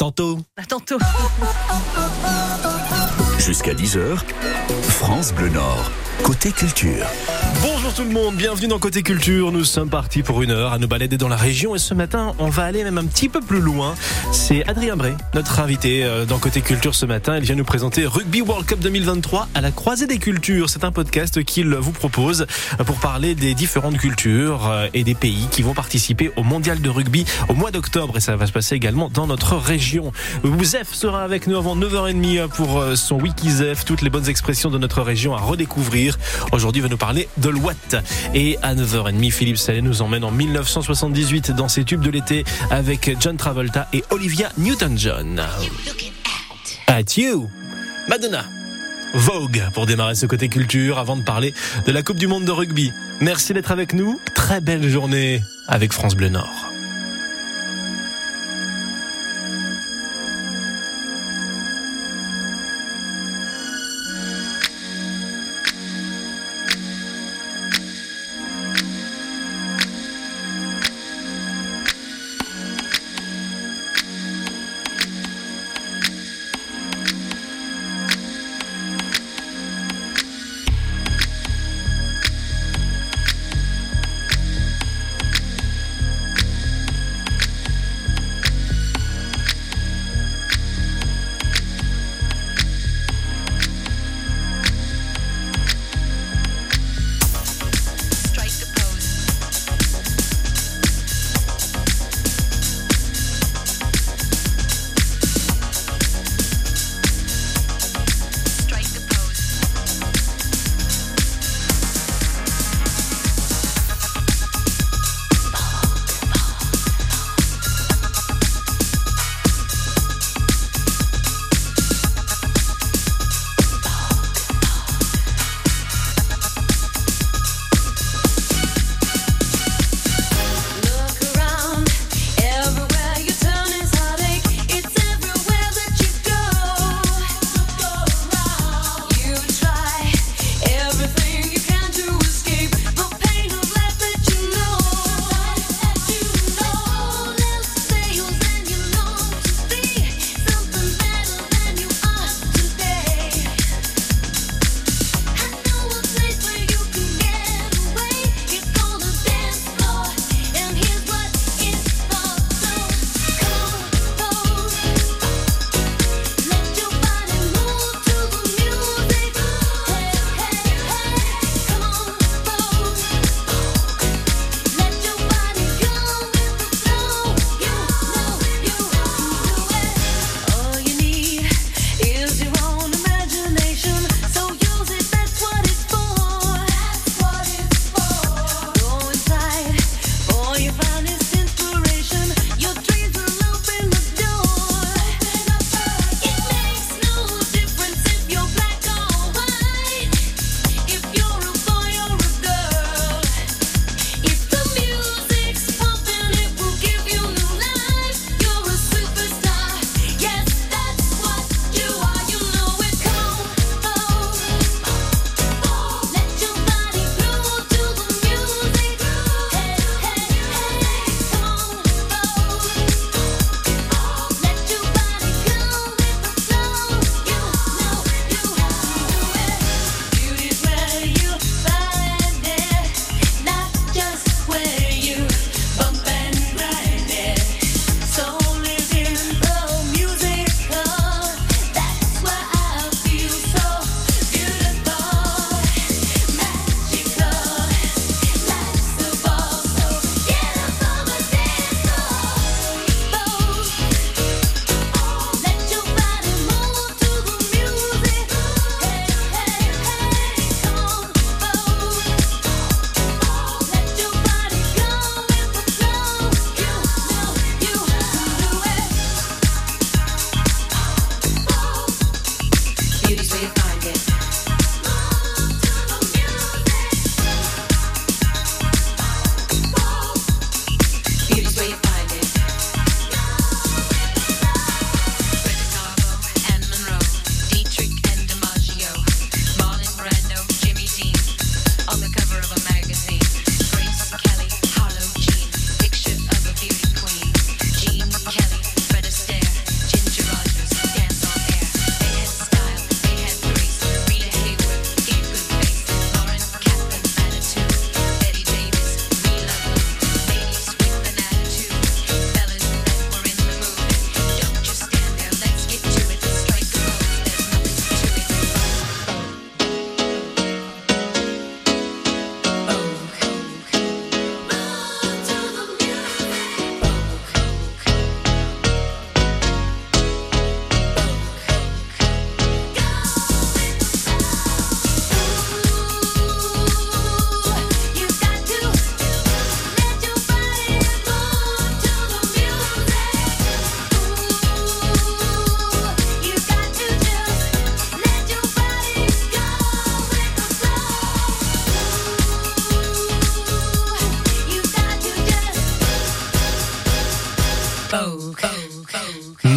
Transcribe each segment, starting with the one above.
tantôt. À tantôt. Jusqu'à 10h, France Bleu Nord, côté culture. Bonjour tout le monde, bienvenue dans Côté Culture. Nous sommes partis pour 1 heure à nous balader dans la région et ce matin, on va aller même un petit peu plus loin. C'est Adrien Bray, notre invité dans Côté Culture ce matin. Il vient nous présenter Rugby World Cup 2023 à la croisée des cultures. C'est un podcast qu'il vous propose pour parler des différentes cultures et des pays qui vont participer au mondial de rugby au mois d'octobre et ça va se passer également dans notre région. Zef sera avec nous avant 9h30 pour son Wiki Zef, toutes les bonnes expressions de notre région à redécouvrir. Aujourd'hui, il va nous parler de l'Ouest. Et à 9h30, Philippe Sallet nous emmène en 1978 dans ses tubes de l'été avec John Travolta et Olivia Newton-John. At you, Madonna. Vogue pour démarrer ce côté culture avant de parler de la Coupe du Monde de rugby. Merci d'être avec nous. Très belle journée avec France Bleu Nord.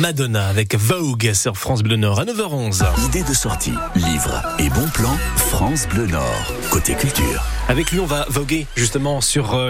Madonna avec Vogue sur France Bleu Nord à 9h11. Idée de sortie, livres et bons plans, France Bleu Nord, côté culture. Avec lui, on va voguer justement dans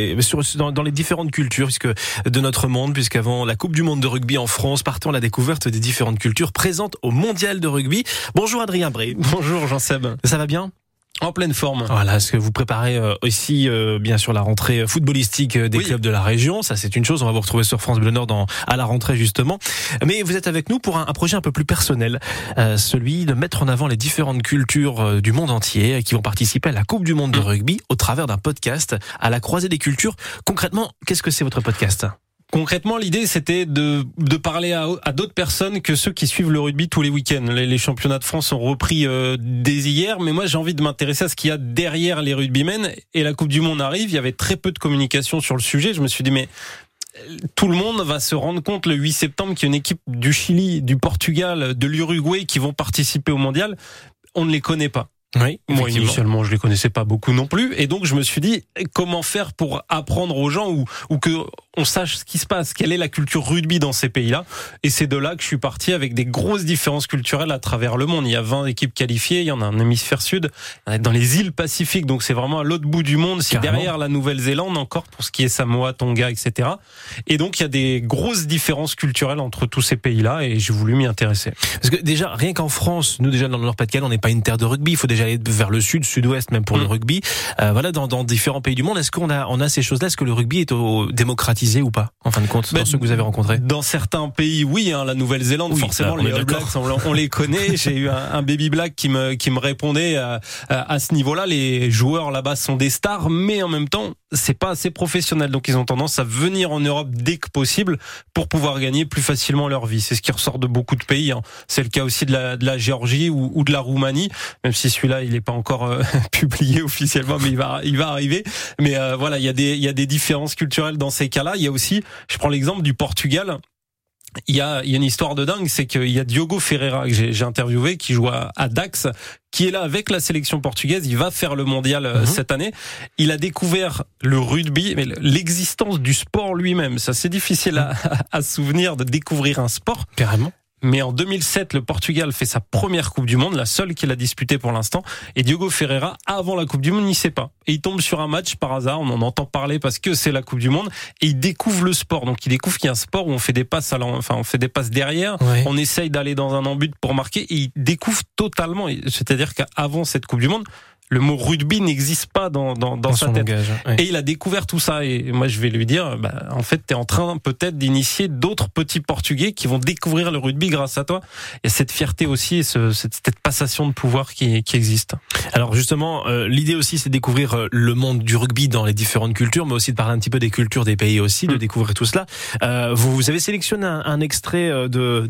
les différentes cultures de notre monde, puisqu'avant la Coupe du Monde de rugby en France, partons à la découverte des différentes cultures présentes au Mondial de rugby. Bonjour Adrien Bray. Bonjour Jean-Seb. Ça va bien ? En pleine forme. Voilà, est-ce que vous préparez aussi bien sûr la rentrée footballistique des clubs de la région ? Ça c'est une chose, on va vous retrouver sur France Bleu Nord à la rentrée justement. Mais vous êtes avec nous pour un projet un peu plus personnel, celui de mettre en avant les différentes cultures du monde entier qui vont participer à la Coupe du Monde de rugby au travers d'un podcast à la croisée des cultures. Concrètement, qu'est-ce que c'est votre podcast ? Concrètement, l'idée, c'était de parler à d'autres personnes que ceux qui suivent le rugby tous les week-ends. Les championnats de France ont repris dès hier, mais moi, j'ai envie de m'intéresser à ce qu'il y a derrière les rugbymen. Et la Coupe du Monde arrive, il y avait très peu de communication sur le sujet. Je me suis dit, mais tout le monde va se rendre compte le 8 septembre qu'il y a une équipe du Chili, du Portugal, de l'Uruguay qui vont participer au mondial. On ne les connaît pas. Oui, moi initialement je les connaissais pas beaucoup non plus, et donc je me suis dit comment faire pour apprendre aux gens ou que on sache ce qui se passe, quelle est la culture rugby dans ces pays-là, et c'est de là que je suis parti avec des grosses différences culturelles à travers le monde. Il y a 20 équipes qualifiées, il y en a un hémisphère sud, dans les îles Pacifiques, donc c'est vraiment à l'autre bout du monde, c'est derrière la Nouvelle-Zélande encore pour ce qui est Samoa, Tonga, etc. Et donc il y a des grosses différences culturelles entre tous ces pays-là, et j'ai voulu m'y intéresser. Parce que déjà, rien qu'en France, nous déjà dans le Nord-Pas-de-Calais, on n'est pas une terre de rugby, il faut déjà aller vers le sud, sud-ouest même pour le rugby. Voilà, dans différents pays du monde, est-ce qu'on a ces choses-là ? Est-ce que le rugby est démocratisé ou pas, en fin de compte, dans ceux que vous avez rencontrés ? Dans certains pays, oui, la Nouvelle-Zélande, forcément, les All Blacks, on les connaît. J'ai eu un baby black qui me répondait à ce niveau-là. Les joueurs là-bas sont des stars, mais en même temps, c'est pas assez professionnel. Donc ils ont tendance à venir en Europe dès que possible pour pouvoir gagner plus facilement leur vie. C'est ce qui ressort de beaucoup de pays. C'est le cas aussi de la Géorgie ou de la Roumanie, même si celui-là, il est pas encore publié officiellement, mais il va arriver. Mais voilà, il y a des différences culturelles dans ces cas-là. Il y a aussi, je prends l'exemple du Portugal. Il y a une histoire de dingue, c'est qu'il y a Diogo Ferreira que j'ai interviewé, qui joue à Dax, qui est là avec la sélection portugaise. Il va faire le mondial cette année. Il a découvert le rugby, mais l'existence du sport lui-même. Ça, c'est difficile à se souvenir de découvrir un sport. Carrément. Mais en 2007, le Portugal fait sa première Coupe du Monde, la seule qu'il a disputée pour l'instant. Et Diogo Ferreira, avant la Coupe du Monde, il sait pas. Et il tombe sur un match par hasard, on en entend parler parce que c'est la Coupe du Monde. Et il découvre le sport. Donc il découvre qu'il y a un sport où on fait des passes on fait des passes derrière. Ouais. On essaye d'aller dans un embut pour marquer. Et il découvre totalement. C'est-à-dire qu'avant cette Coupe du Monde, le mot rugby n'existe pas dans sa tête. Langage, ouais. Et il a découvert tout ça. Et moi, je vais lui dire, en fait, t'es en train peut-être d'initier d'autres petits Portugais qui vont découvrir le rugby grâce à toi. Il y a cette fierté aussi, et cette passation de pouvoir qui existe. Alors justement, l'idée aussi, c'est de découvrir le monde du rugby dans les différentes cultures, mais aussi de parler un petit peu des cultures des pays aussi, de découvrir tout cela. Vous avez sélectionné un extrait d'un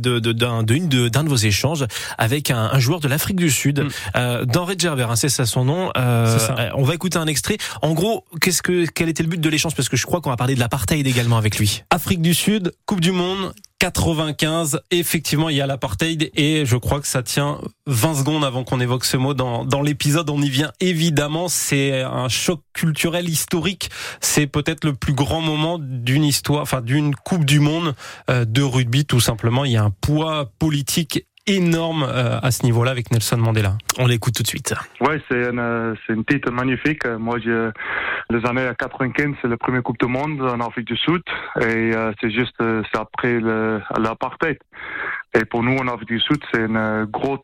de vos échanges avec un joueur de l'Afrique du Sud, Denré Gerber, c'est ça son nom. On va écouter un extrait. En gros, quel était le but de l'échange ? Parce que je crois qu'on va parler de l'apartheid également avec lui. Afrique du Sud, Coupe du Monde 95, effectivement il y a l'apartheid, et je crois que ça tient 20 secondes avant qu'on évoque ce mot dans l'épisode. On y vient évidemment, c'est un choc culturel historique, c'est peut-être le plus grand moment d'une histoire, d'une Coupe du Monde de rugby tout simplement. Il y a un poids politique énorme à ce niveau-là avec Nelson Mandela. On l'écoute tout de suite. Ouais, c'est une titre magnifique. Moi, les années 95, c'est la première Coupe du Monde en Afrique du Sud, et c'est après l'apartheid. Et pour nous, en Afrique du Sud, c'est un gros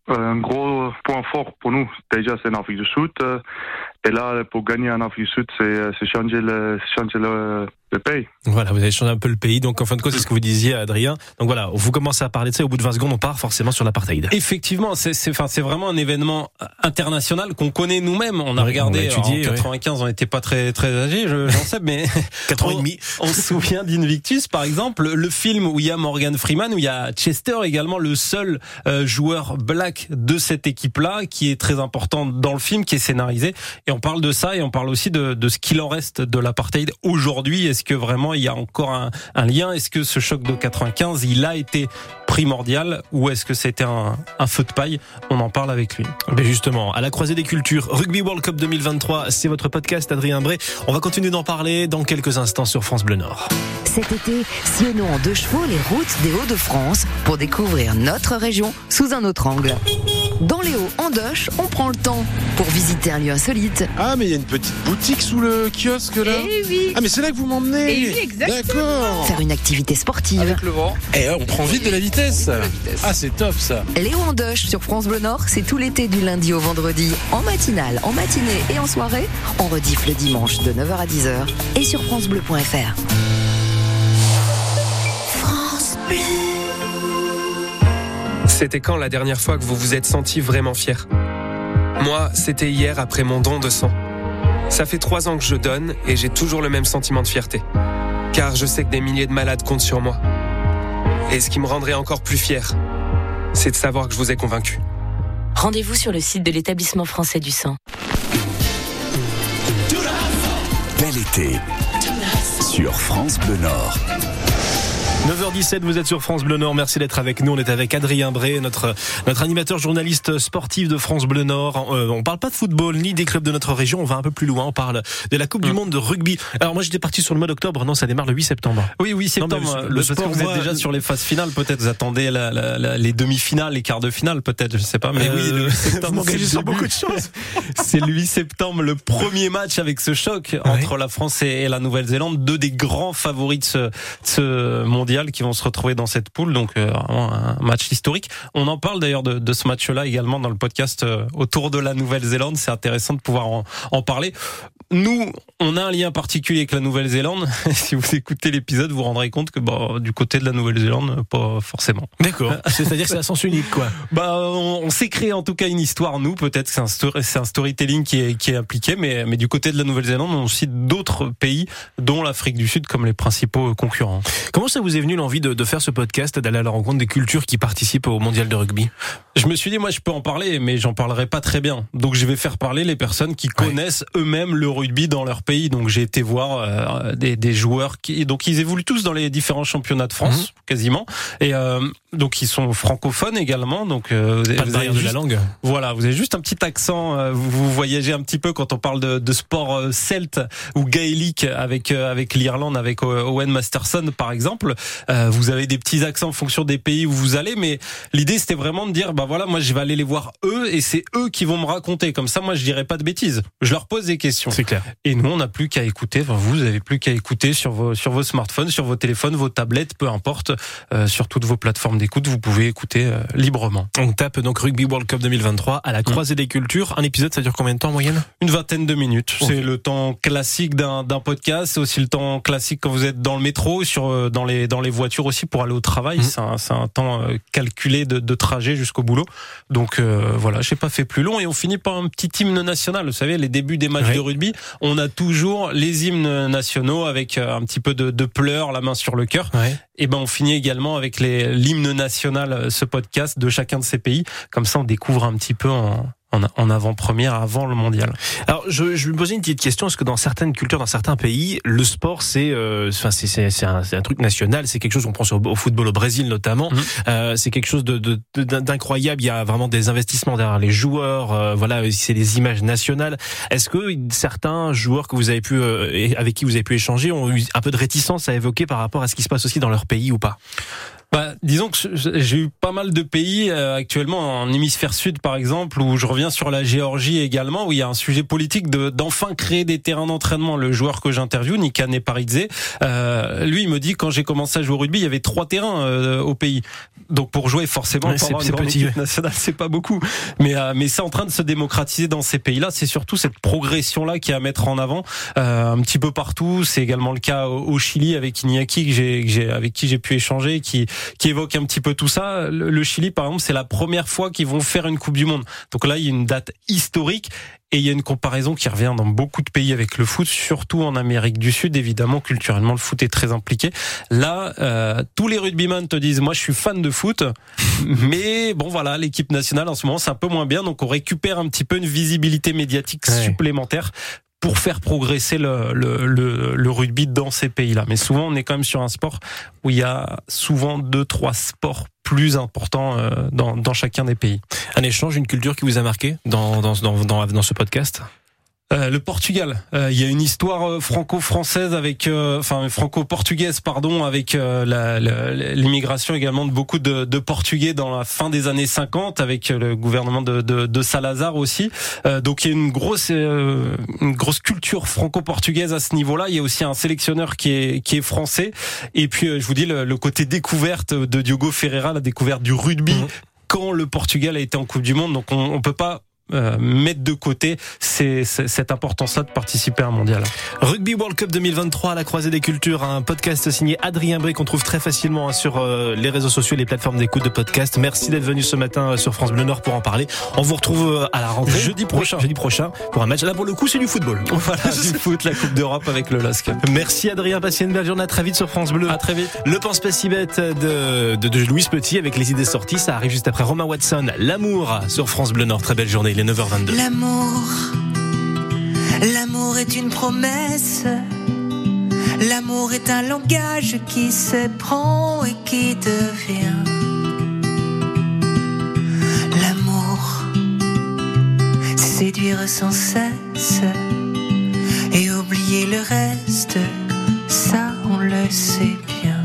point fort pour nous. Déjà, c'est en Afrique du Sud. Et là, pour gagner en Afrique du Sud, c'est changer le pays. Voilà, vous avez changé un peu le pays. Donc, en fin de compte, c'est ce que vous disiez, Adrien. Donc voilà, vous commencez à parler de ça. Au bout de 20 secondes, on part forcément sur l'apartheid. Effectivement, c'est vraiment un événement international qu'on connaît nous-mêmes. On a regardé en 95, on n'était pas très âgés, j'en sais, mais 4 ans et demi. On se souvient d'Invictus, par exemple, le film où il y a Morgan Freeman, où il y a Chester également, le seul joueur black de cette équipe-là, qui est très important dans le film, qui est scénarisé. Et on parle de ça et on parle aussi de ce qu'il en reste de l'apartheid aujourd'hui. Est-ce que vraiment il y a encore un lien? Est-ce que ce choc de 95, il a été primordial ou est-ce que c'était un feu de paille? On en parle avec lui. Mais justement, à la croisée des cultures, Rugby World Cup 2023, c'est votre podcast, Adrien Bray. On va continuer d'en parler dans quelques instants sur France Bleu Nord. Cet été, sillonnons en 2 chevaux les routes des Hauts-de-France pour découvrir notre région sous un autre angle. Dans les Hauts-Andoche, on prend le temps pour visiter un lieu insolite. Ah, mais il y a une petite boutique sous le kiosque là. Eh oui. Ah, mais c'est là que vous m'emmenez. Eh oui, exactement. D'accord. Faire une activité sportive. Avec le vent. Et on prend vite de la vitesse. Ah, c'est top ça. Les Hauts-Andoche sur France Bleu Nord, c'est tout l'été du lundi au vendredi, en matinale, en matinée et en soirée. On rediff le dimanche de 9h à 10h et sur francebleu.fr. C'était quand la dernière fois que vous vous êtes senti vraiment fier? Moi, c'était hier après mon don de sang. Ça fait 3 ans que je donne et j'ai toujours le même sentiment de fierté. Car je sais que des milliers de malades comptent sur moi. Et ce qui me rendrait encore plus fier, c'est de savoir que je vous ai convaincu. Rendez-vous sur le site de l'Établissement français du sang. Bel été sur France Bleu Nord. 9h17, vous êtes sur France Bleu Nord. Merci d'être avec nous. On est avec Adrien Bray, notre animateur journaliste sportif de France Bleu Nord. On parle pas de football ni des clubs de notre région. On va un peu plus loin. On parle de la Coupe du Monde de rugby. Alors moi, j'étais parti sur le mois d'octobre. Non, ça démarre le 8 septembre. Oui, 8 septembre. Non, le sport, vous êtes déjà sur les phases finales. Peut-être vous attendez les demi-finales, les quarts de finale. Peut-être, je sais pas. Mais oui, le 8 septembre, c'est sur beaucoup de choses. C'est le 8 septembre, le premier match avec ce choc entre la France et la Nouvelle-Zélande. 2 des grands favoris de ce mondial qui vont se retrouver dans cette poule, donc vraiment un match historique. On en parle d'ailleurs de ce match-là également dans le podcast autour de la Nouvelle-Zélande. C'est intéressant de pouvoir en parler. Nous, on a un lien particulier avec la Nouvelle-Zélande. Si vous écoutez l'épisode, vous vous rendrez compte que du côté de la Nouvelle-Zélande, pas forcément. D'accord. C'est-à-dire que c'est à sens unique, quoi. On s'est créé en tout cas une histoire, nous. Peut-être que c'est un storytelling qui est impliqué, mais du côté de la Nouvelle-Zélande, on cite d'autres pays, dont l'Afrique du Sud, comme les principaux concurrents. Comment ça vous est venu l'envie de faire ce podcast, d'aller à la rencontre des cultures qui participent au mondial de rugby? Je me suis dit, moi, je peux en parler, mais j'en parlerai pas très bien. Donc, je vais faire parler les personnes qui connaissent eux-mêmes le rugby dans leur pays. Donc, j'ai été voir des joueurs donc ils évoluent tous dans les différents championnats de France, quasiment. Et donc, ils sont francophones également. Donc, pas de barrière de la langue. Voilà, vous avez juste un petit accent. Vous voyagez un petit peu quand on parle de sport celte ou gaélique avec l'Irlande, avec Owen Masterson, par exemple. Vous avez des petits accents en fonction des pays où vous allez, mais l'idée c'était vraiment de dire voilà, moi je vais aller les voir eux et c'est eux qui vont me raconter. Comme ça, moi je dirai pas de bêtises. Je leur pose des questions. C'est clair. Et nous on n'a plus qu'à écouter. Vous avez plus qu'à écouter sur vos smartphones, sur vos téléphones, vos tablettes, peu importe, sur toutes vos plateformes d'écoute, vous pouvez écouter librement. On tape donc Rugby World Cup 2023 à la croisée des cultures. Un épisode, ça dure combien de temps en moyenne? Une 20aine de minutes. C'est le temps classique d'un podcast. C'est aussi le temps classique quand vous êtes dans le métro, dans les voitures aussi pour aller au travail. C'est un temps calculé de trajet jusqu'au boulot. Donc voilà, j'ai pas fait plus long et on finit par un petit hymne national. Vous savez, les débuts des matchs de rugby, on a toujours les hymnes nationaux avec un petit peu de pleurs, la main sur le cœur. Et on finit également avec l'hymne national, ce podcast de chacun de ces pays. Comme ça, on découvre un petit peu en avant-première, avant le mondial. Alors, je me posais une petite question. Est-ce que dans certaines cultures, dans certains pays, le sport, c'est un truc national, c'est quelque chose qu'on pense au football au Brésil notamment. C'est quelque chose d'incroyable. Il y a vraiment des investissements derrière les joueurs. Voilà, c'est des images nationales. Est-ce que certains joueurs que vous avez avec qui vous avez pu échanger ont eu un peu de réticence à évoquer par rapport à ce qui se passe aussi dans leur pays ou pas? Disons que j'ai eu pas mal de pays actuellement en hémisphère sud par exemple, où je reviens sur la Géorgie également, où il y a un sujet politique d'enfin créer des terrains d'entraînement. Le joueur que j'interviewe, Nika Neparidze, lui il me dit quand j'ai commencé à jouer au rugby, il y avait 3 terrains au pays. Donc pour jouer forcément, pour avoir une grande équipe nationale, c'est pas beaucoup. Mais c'est en train de se démocratiser dans ces pays-là. C'est surtout cette progression-là qui est à mettre en avant un petit peu partout. C'est également le cas au Chili avec Iñaki avec qui j'ai pu échanger, qui évoque un petit peu tout ça. Le Chili, par exemple, c'est la première fois qu'ils vont faire une Coupe du Monde. Donc là, il y a une date historique. Et il y a une comparaison qui revient dans beaucoup de pays avec le foot, surtout en Amérique du Sud. Évidemment, culturellement, le foot est très impliqué. Là, tous les rugbyman te disent, moi, je suis fan de foot, mais bon, voilà, l'équipe nationale, en ce moment, c'est un peu moins bien. Donc, on récupère un petit peu une visibilité médiatique supplémentaire pour faire progresser le rugby dans ces pays-là. Mais souvent, on est quand même sur un sport où il y a souvent 2-3 sports plus importants dans chacun des pays. Un échange, une culture qui vous a marqué dans ce podcast ? Le Portugal, il y a une histoire franco-française avec, franco-portugaise avec l'immigration également de beaucoup de Portugais dans la fin des années 50 avec le gouvernement de Salazar aussi. Donc il y a une grosse culture franco-portugaise à ce niveau-là. Il y a aussi un sélectionneur qui est français. Et puis je vous dis le côté découverte de Diogo Ferreira, la découverte du rugby quand le Portugal a été en Coupe du Monde. Donc on peut pas mettre de côté cette importance-là de participer à un mondial. Rugby World Cup 2023 à la croisée des cultures, un podcast signé Adrien Bray qu'on trouve très facilement sur les réseaux sociaux et les plateformes d'écoute de podcast. Merci d'être venu ce matin sur France Bleu Nord pour en parler. On vous retrouve à la rentrée jeudi prochain pour un match. Là pour le coup c'est du football. Voilà, du foot, la Coupe d'Europe avec le LASK. Merci Adrien, passez une belle journée, à très vite sur France Bleu. À très vite. Le Pense pas si bête de Louise Petit avec les idées sorties, ça arrive juste après Romain Watson. L'amour sur France Bleu Nord, très belle journée. Il est 9h22. L'amour est une promesse. L'amour est un langage qui se prend et qui devient. L'amour, séduire sans cesse et oublier le reste, ça on le sait bien.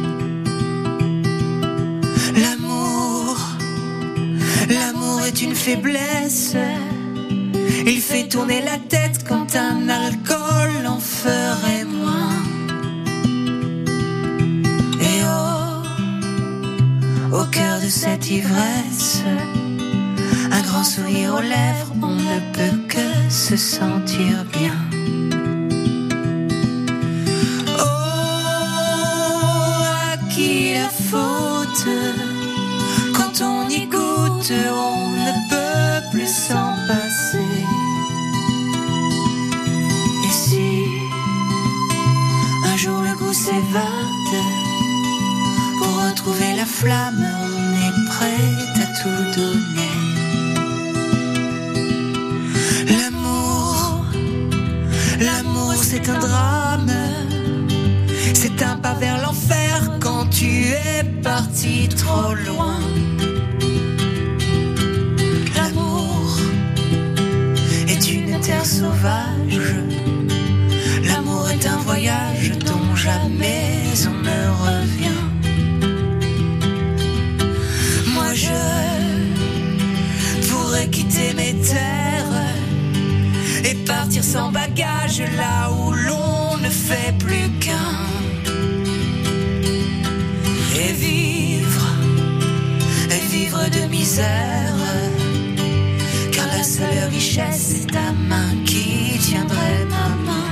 L'amour est une faiblesse. Il fait tourner la tête quand un alcool en ferait moins. Et au cœur de cette ivresse, un grand sourire aux lèvres, on ne peut que se sentir bien. Oh, à qui la faute? Quand on y goûte, on ne peut plus s'en passer. Et si un jour le goût s'évade, pour retrouver la flamme, on est prêt à tout donner. L'amour c'est un drame, c'est un pas vers l'enfer quand tu es parti trop loin. L'amour est une terre sauvage. L'amour est un voyage dont jamais on ne revient. Moi je pourrais quitter mes terres et partir sans bagage là où l'on ne fait plus qu'un. Et vivre de misère, car la seule richesse c'est ta main qui tiendrait ma main.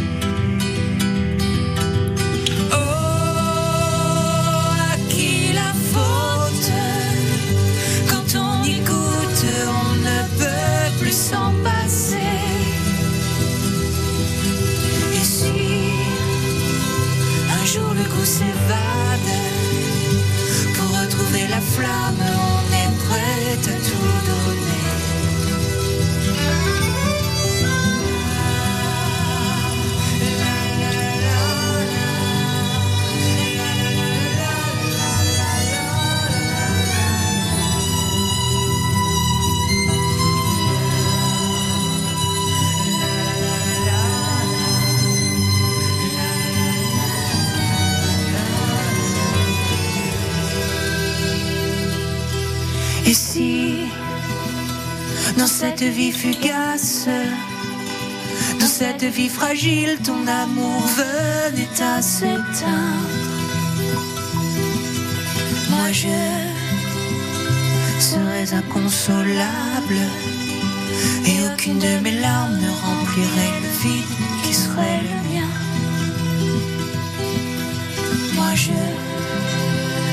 Oh, à qui la faute? Quand on y goûte, on ne peut plus s'en passer. Et si un jour le goût s'évade, pour retrouver la flamme, on est prêt à tout donner. Et si, dans cette vie fugace, dans cette vie fragile, ton amour venait à s'éteindre, moi je serais inconsolable et aucune de mes larmes ne remplirait le vide qui serait le mien. Moi je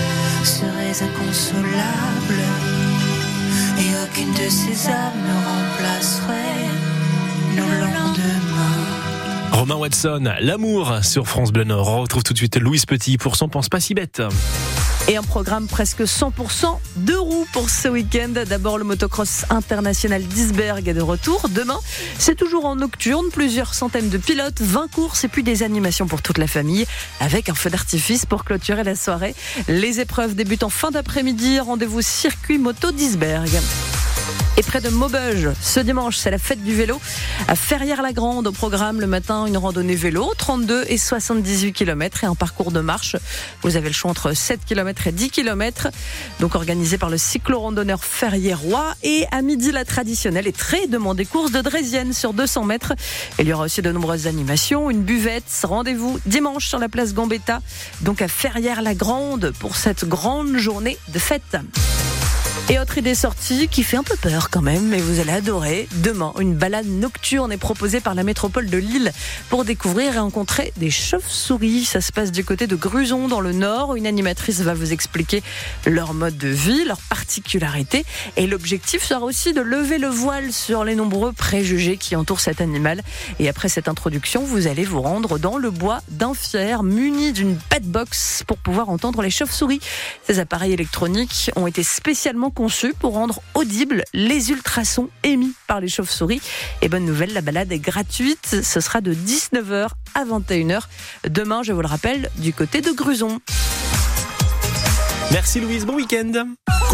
serais inconsolable et aucune de ces âmes ne remplacerait nos lendemains. Romain Watson, L'amour sur France Bleu Nord. On retrouve tout de suite Louise Petit pour son Pense pas si bête. Et un programme presque 100% de roues pour ce week-end. D'abord, le motocross international d'Isberg est de retour. Demain, c'est toujours en nocturne. Plusieurs centaines de pilotes, 20 courses et puis des animations pour toute la famille avec un feu d'artifice pour clôturer la soirée. Les épreuves débutent en fin d'après-midi. Rendez-vous circuit moto d'Isberg. Et près de Maubeuge, ce dimanche, c'est la fête du vélo à Ferrières-la-Grande. Au programme, le matin, une randonnée vélo, 32 et 78 km et un parcours de marche. Vous avez le choix entre 7 km et 10 km. Donc organisé par le cyclo-randonneur ferriérois. Et à midi, la traditionnelle et très demandée course de Drésienne sur 200 mètres. Il y aura aussi de nombreuses animations, une buvette. Rendez-vous dimanche sur la place Gambetta, donc à Ferrières-la-Grande pour cette grande journée de fête. Et autre idée sortie qui fait un peu peur quand même, mais vous allez adorer. Demain, une balade nocturne est proposée par la métropole de Lille pour découvrir et rencontrer des chauves-souris. Ça se passe du côté de Gruson dans le Nord. Une animatrice va vous expliquer leur mode de vie, leurs particularités. Et l'objectif sera aussi de lever le voile sur les nombreux préjugés qui entourent cet animal. Et après cette introduction, vous allez vous rendre dans le bois d'Infier, muni d'une padbox pour pouvoir entendre les chauves-souris. Ces appareils électroniques ont été spécialement conçu pour rendre audibles les ultrasons émis par les chauves-souris. Et bonne nouvelle, la balade est gratuite. Ce sera de 19h à 21h. Demain, je vous le rappelle, du côté de Gruson. Merci Louise, bon week-end.